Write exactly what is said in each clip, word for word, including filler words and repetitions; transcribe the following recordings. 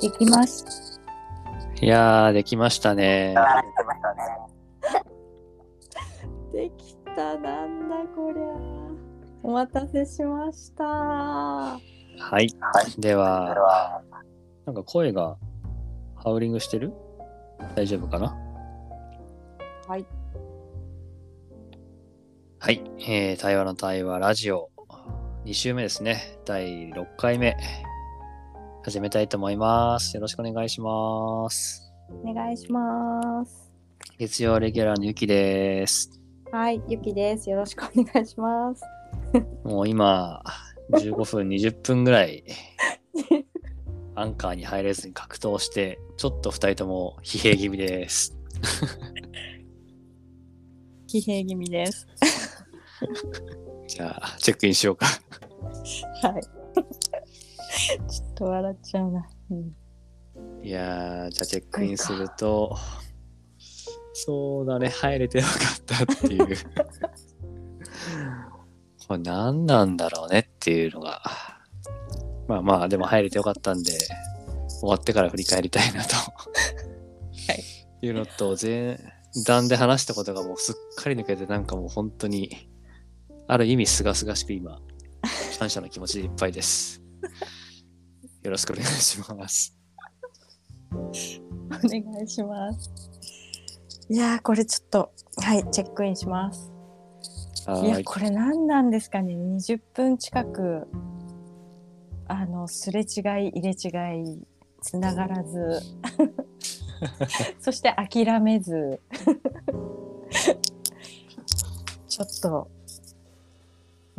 できます。 いやー、できましたね。 できた、なんだこりゃ。お待たせしました。はい。では、なんか声がハウリングしてる？大丈夫かな？ はい。 はい。えー、対話の対話ラジオに週目ですね。だいろっかいめ。始めたいと思います。よろしくお願いします。 お願いします。 月曜レギュラーのゆきです。 はい、ゆきです。よろしくお願いします。 もう今、じゅうごふん、にじゅっぷんぐらい、アンカーに入れずに格闘して、ちょっとふたりとも疲弊気味です。 疲弊気味です。 じゃあ、チェックインしようか。 はい。ちょっと笑っちゃうな。うん、 いやー、じゃあチェックインすると、そうだね、入れてよかったっていう。これ何なんだろうねっていうのが。まあまあ、でも入れてよかったんで、終わってから振り返りたいなと。はい。いうのと、前段で話したことがもうすっかり抜けて、なんかもう本当に、ある意味すがすがしく今、感謝の気持ちでいっぱいです。よろしくお願いします。 お願いします。いやー、これちょっと、はい、チェックインします。いや、これ何なんですかね。にじゅっぷん近く、あの、すれ違い、入れ違い、つながらず、そして諦めず、ちょっと、うん、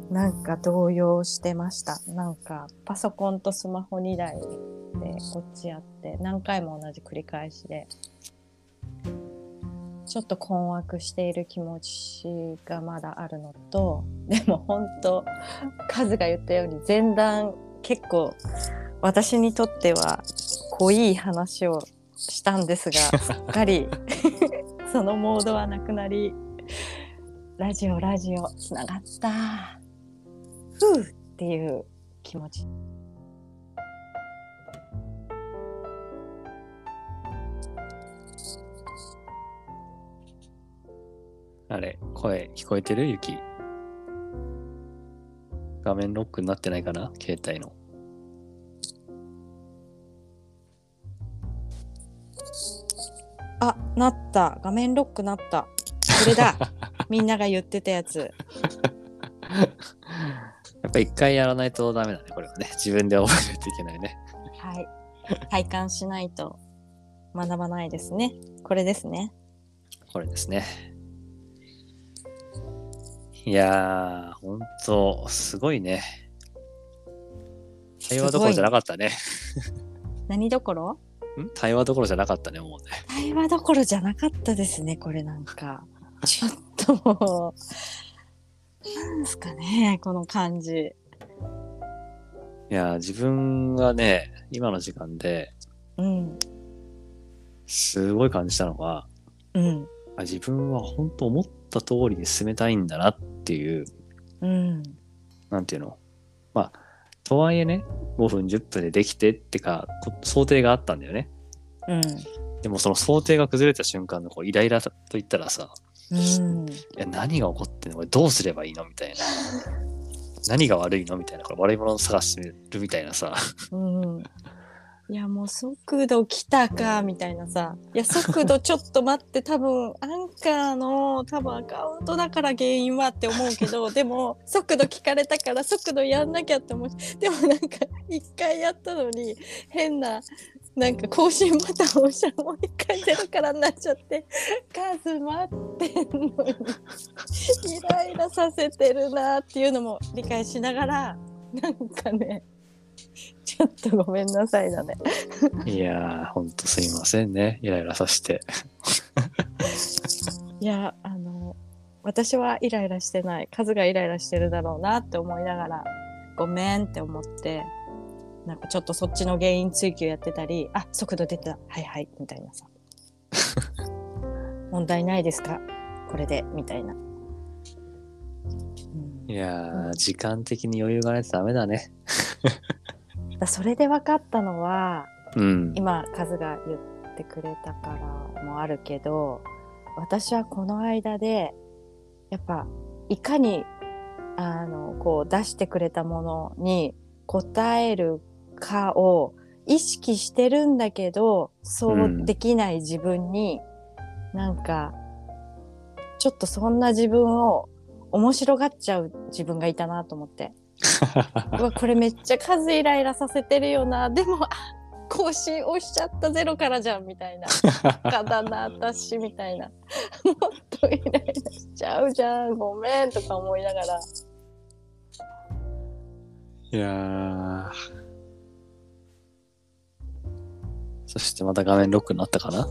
なんか動揺してました。なんかパソコンとスマホにだいでこっちやって何回も同じ繰り返しでちょっと困惑している気持ちがまだあるのと、でも本当カズが言ったように前段結構私にとっては濃い話をしたんですが、すっかりそのモードはなくなり、ラジオラジオつながったふうっていう気持ち。 あれ、声聞こえてる？ゆき。画面ロックになってないかな？携帯の。 あ、なった。画面ロックなった。それだ。みんなが言ってたやつ。やっぱ一回やらないとダメだね、これはね。自分で覚えないといけないね。 はい。体感しないと学ばないですね。これですね。 これですね。いやー、ほんと、すごいね。対話どころじゃなかったね。 何どころ？ ん対話どころじゃなかったね、もうね。 対話どころじゃなかったですね、これなんか。ちょっともう、なんですかね、この感じ。 いやー、自分がね、今の時間で、 うん。 すごい感じたのは、 うん。 あ、自分は本当思った通りに進めたいんだなっていう、 うん。 なんていうの？まあ、とはいえね、ごふんじゅっぷんでできてってか、想定があったんだよね。 うん。 でもその想定が崩れた瞬間のこうイライラと言ったらさ、 うん、 いや何が起こってんの？これどうすればいいのみたいな。何が悪いのみたいな。これ悪いものを探してるみたいなさ。 うん。いやもう速度来たかみたいなさ、いや速度ちょっと待って、多分アンカーの多分アカウントだから原因はって思うけど、でも速度聞かれたから速度やんなきゃって思う。でもなんか一回やったのに変ななんか更新ボタンを押したらもう一回ゼロからになっちゃって、数待ってんのにイライラさせてるなっていうのも理解しながら、なんかねちょっとごめんなさいだね。 いやー、ほんとすいませんね。イライラさせて。 いや、あの、私はイライラしてない。カズがイライラしてるだろうなって思いながら、ごめんって思って、なんかちょっとそっちの原因追求やってたり、あ、速度出た。はいはい。みたいなさ。問題ないですか？これで。みたいな。 うん、いやー、うん、時間的に余裕がないとダメだね。 だそれで分かったのは、 うん、 今カズが言ってくれたからもあるけど、私はこの間でやっぱいかにあのこう出してくれたものに応えるかを意識してるんだけど、そうできない自分に、うん、なんかちょっとそんな自分を面白がっちゃう自分がいたなと思って。うわ、これめっちゃ数イライラさせてるよな。でも、あ、更新押しちゃったゼロからじゃんみたいな。かだな、私みたいな。もっとイライラしちゃうじゃん。ごめんとか思いながら。 いやー。そしてまた画面ロックになったかな。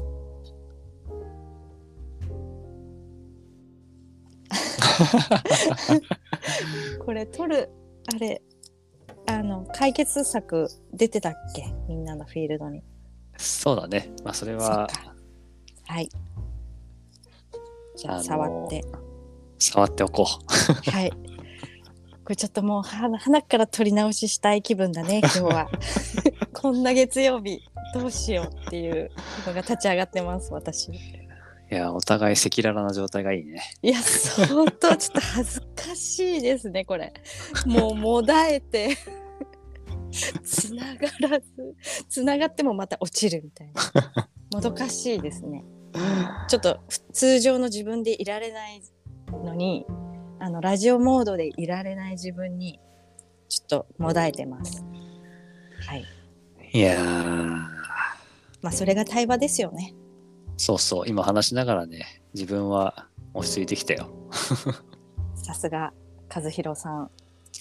これ撮るあれあの解決策出てたっけ、みんなのフィールドに。 そうだね。まあそれははい。じゃあ触って触っておこう。 はい。これちょっともうは鼻から撮り直ししたい気分だね今日は。こんな月曜日どうしようっていうのが立ち上がってます私。 いや、お互い赤裸々な状態がいいね。 いや、相当ちょっと恥ずかしいですね、これ。もうもだえて、つながらず、つながってもまた落ちるみたいな。もどかしいですね。ちょっと通常の自分でいられないのに、あのラジオモードでいられない自分に、ちょっともだえてます。はい。 いやー。 まあ、それが対話ですよね。 そうそう、今話しながらね、自分は落ち着いてきたよ。 さすが和弘さん。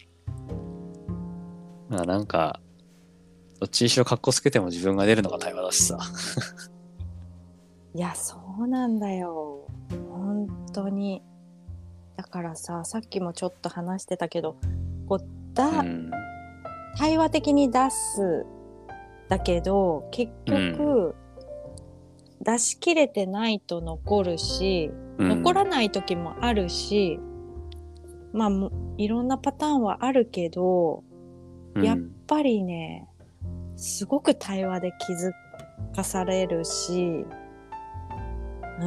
まあなんかどっちにしろカッコつけても自分が出るのが対話だしさ。 いや、そうなんだよ。本当に。だからさ、さっきもちょっと話してたけど、こうだ、うん、対話的に出すだけど結局、うん出し切れてないと残るし、うん、残らない時もあるし、まあいろんなパターンはあるけど、うん、やっぱりねすごく対話で気づかされるし、うん、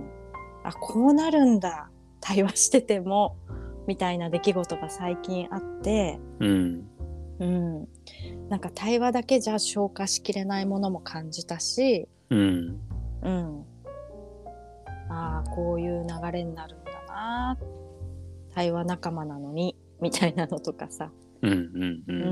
あ、こうなるんだ対話しててもみたいな出来事が最近あって、うんうん、なんか対話だけじゃ消化しきれないものも感じたし、うんうん、ああこういう流れになるんだな、対話仲間なのにみたいなのとかさ、うんうんうん、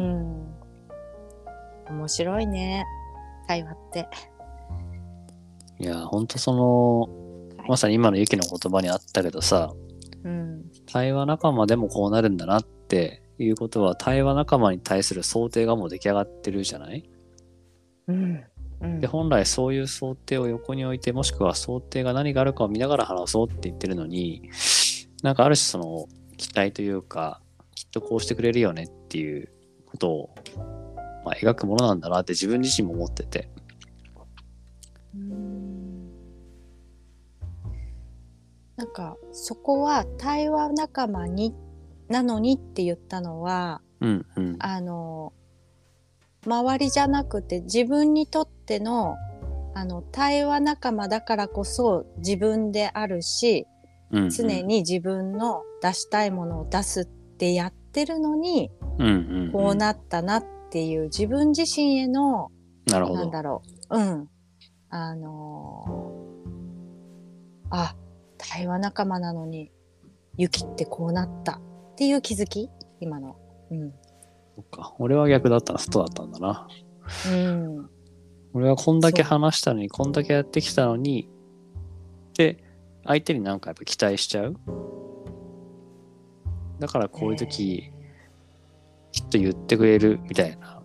面白いね対話って。 いやほんとその、はい、まさに今のゆきの言葉にあったけどさ、うん、対話仲間でもこうなるんだなっていうことは、対話仲間に対する想定がもう出来上がってるじゃない、うんうん、で本来そういう想定を横に置いて、もしくは想定が何があるかを見ながら話そうって言ってるのに、なんかある種その期待というか、きっとこうしてくれるよねっていうことを、まあ、描くものなんだなって自分自身も思ってて、 うーん、なんかそこは対話仲間になのにって言ったのは、うんうん、あの周りじゃなくて自分にとっての、あの対話仲間だからこそ自分であるし、うんうん、常に自分の出したいものを出すってやってるのに、うんうんうん、こうなったなっていう自分自身への、なるほど、なんだろう、うん、あのー、あ、対話仲間なのにユキってこうなったっていう気づき、今の、うん。 そっか、俺は逆だったら外だったんだな。うん。俺はこんだけ話したのに、こんだけやってきたのに、で、相手になんかやっぱ期待しちゃう。だからこういう時、えー、きっと言ってくれるみたいな。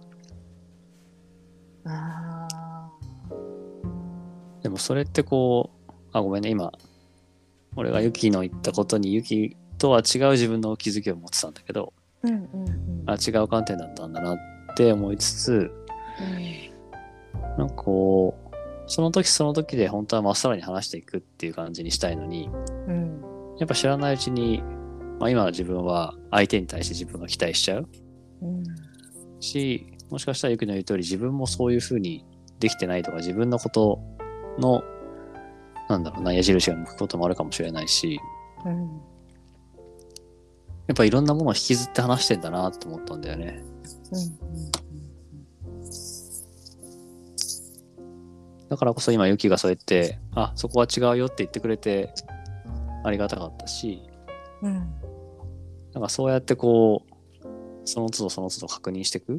あー。でもそれってこう、あ、ごめんね、今、俺がユキの言ったことにユキとは違う自分の気づきを持ってたんだけど、うんうんうん、あ、違う観点だったんだなって思いつつ、うん、なんかこうその時その時で本当はまっさらに話していくっていう感じにしたいのに、うん、やっぱ知らないうちに、まあ、今の自分は相手に対して自分が期待しちゃう、うん、し、もしかしたらユキの言う通り自分もそういう風にできてないとか、自分のことのなんだろうな矢印が向くこともあるかもしれないし、 うん、 やっぱいろんなものを引きずって話してんだなって思ったんだよね。 うんうんだからこそ今ユキがそうやってあそこは違うよって言ってくれてありがたかったし、 うん、 なんかそうやってこうその都度その都度確認していくうん、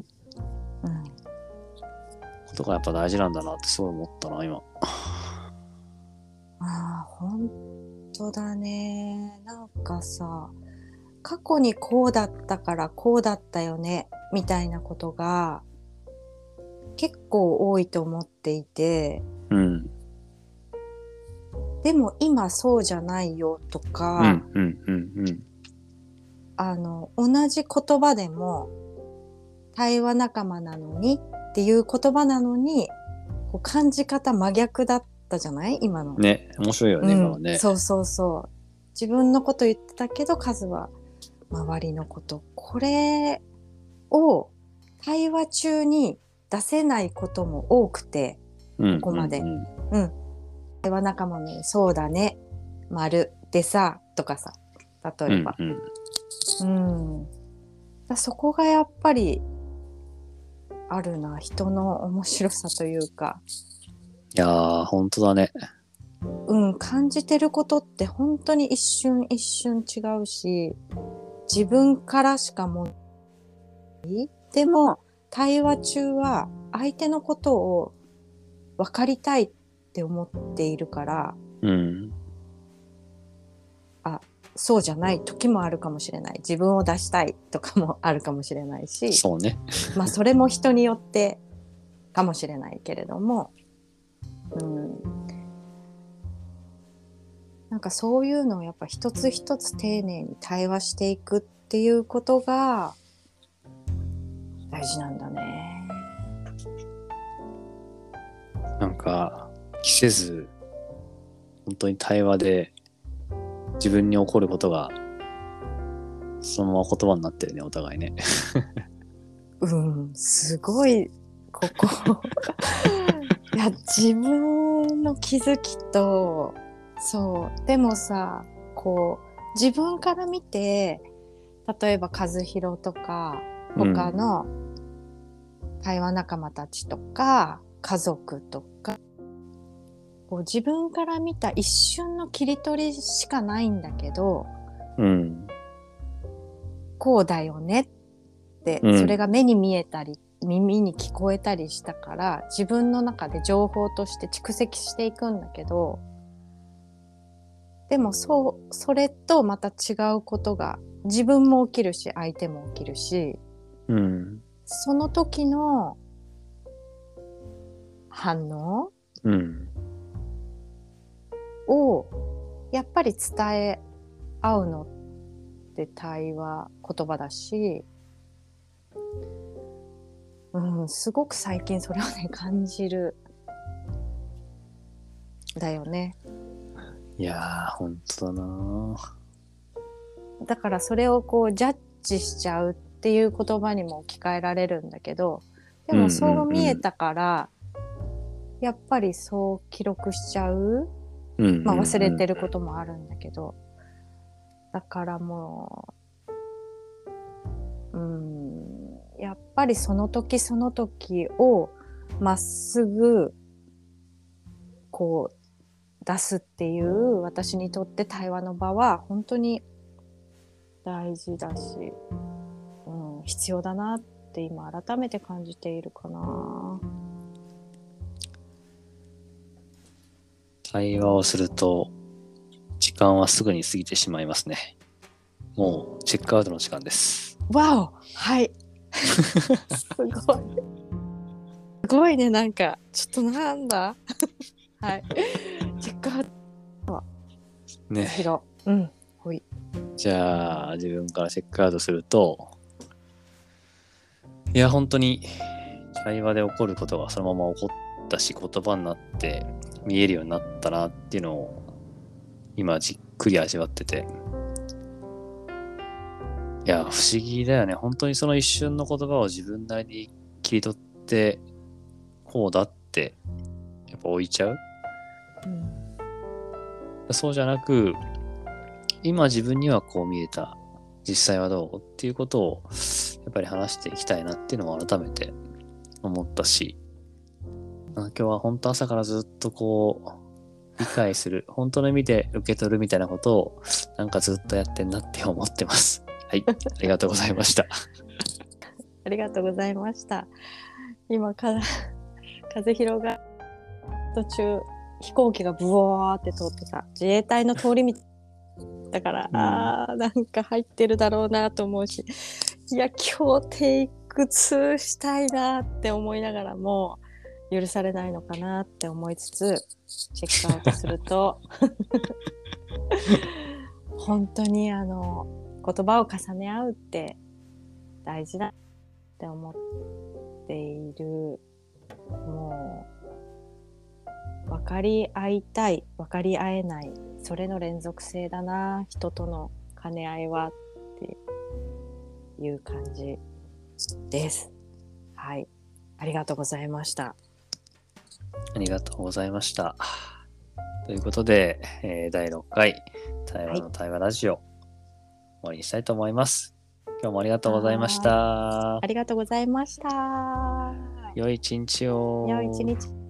ことがやっぱ大事なんだなってすごい思ったな今。 ああ、本当だね。なんかさ、過去にこうだったからこうだったよねみたいなことが結構多いと思っていて、 うん、 でも今そうじゃないよとうか、 んうんうんうんあの同じ言葉でも対話仲間なのにっていう言葉なのにこう感じ方真逆だったじゃない今の。 ね、面白いよね、 うん、 今はね。 そうそうそう。自分のこと言ってたけど数は周りのこと。これを対話中に出せないことも多くて、 うんここまで。 うんうんうん。対話仲間にそうだね、丸でさ、とかさ、例えば。 うんうん、 うん。だそこがやっぱりあるな、人の面白さというか。 いやー、ほんとだね。 うん、感じてることって本当に一瞬一瞬違うし、自分からしかもないでも対話中は相手のことを分かりたいって思っているから、 うん。 あ、そうじゃない時もあるかもしれない。自分を出したいとかもあるかもしれないし、 そうね。 まあそれも人によってかもしれないけれども、うん、なんかそういうのをやっぱ一つ一つ丁寧に対話していくっていうことが大事なんだね。 なんか、着せず、本当に対話で自分に起こることが、そのまま言葉になってるね、お互いね。 うん、すごい、ここ。いや、自分の気づきと、そう、でもさ、こう、自分から見て、例えば和弘とか、他の対話仲間たちとか、家族とか、こう自分から見た一瞬の切り取りしかないんだけど、 うん。 こうだよねって、 うん、 それが目に見えたり、耳に聞こえたりしたから、自分の中で情報として蓄積していくんだけど、でもそう、それとまた違うことが自分も起きるし、相手も起きるし、 うん、 その時の反応うん、 をやっぱり伝え合うのって対話言葉だし、うん、すごく最近それをね感じるだよね。 いやー、ほんとだな。 だからそれをこうジャッジしちゃうっていう言葉にも置き換えられるんだけど、でもそう見えたから、うん、やっぱりそう記録しちゃう、うんうんうん、まあ忘れてることもあるんだけど、だからもう、うん、やっぱりその時その時をまっすぐこう出すっていう私にとって対話の場は本当に大事だし、うん、必要だなって今改めて感じているかな。 対話をすると時間はすぐに過ぎてしまいますね。もうチェックアウトの時間です。 わお、はいすごいすごいね、なんかちょっとなんだはいチェックアウトね。 広、うん、ほい。 じゃあ自分からチェックアウトすると、いや本当に対話で起こることがそのまま起こったし、言葉になって見えるようになったなっていうのを今じっくり味わってて、いや不思議だよね。本当にその一瞬の言葉を自分なりに切り取ってこうだっってやっぱ置いちゃう、 うん、 そうじゃなく、今自分にはこう見えた、実際はどうっていうことをやっぱり話していきたいなっていうのを改めて思ったし、今日は本当朝からずっとこう理解する、本当の意味で受け取るみたいなことをなんかずっとやってんなって思ってます。はい、ありがとうございました。 ありがとうございました。今か風広が途中飛行機がブワーって通ってた、自衛隊の通り道だから、うん、あーなんか入ってるだろうなと思うし、いや今日テイクツーしたいなって思いながらも許されないのかなって思いつつチェックアウトすると本当にあの言葉を重ね合うって大事だって思っている。もう分かり合いたい、分かり合えない、それの連続性だな、人との兼ね合いはっていう感じです。はい、ありがとうございました。 ありがとうございました。ということで、えー、だいろっかい対話の対話ラジオ、はい、終わりにしたいと思います。今日もありがとうございました。 ありがとうございました。 良い一日を。 良い一日。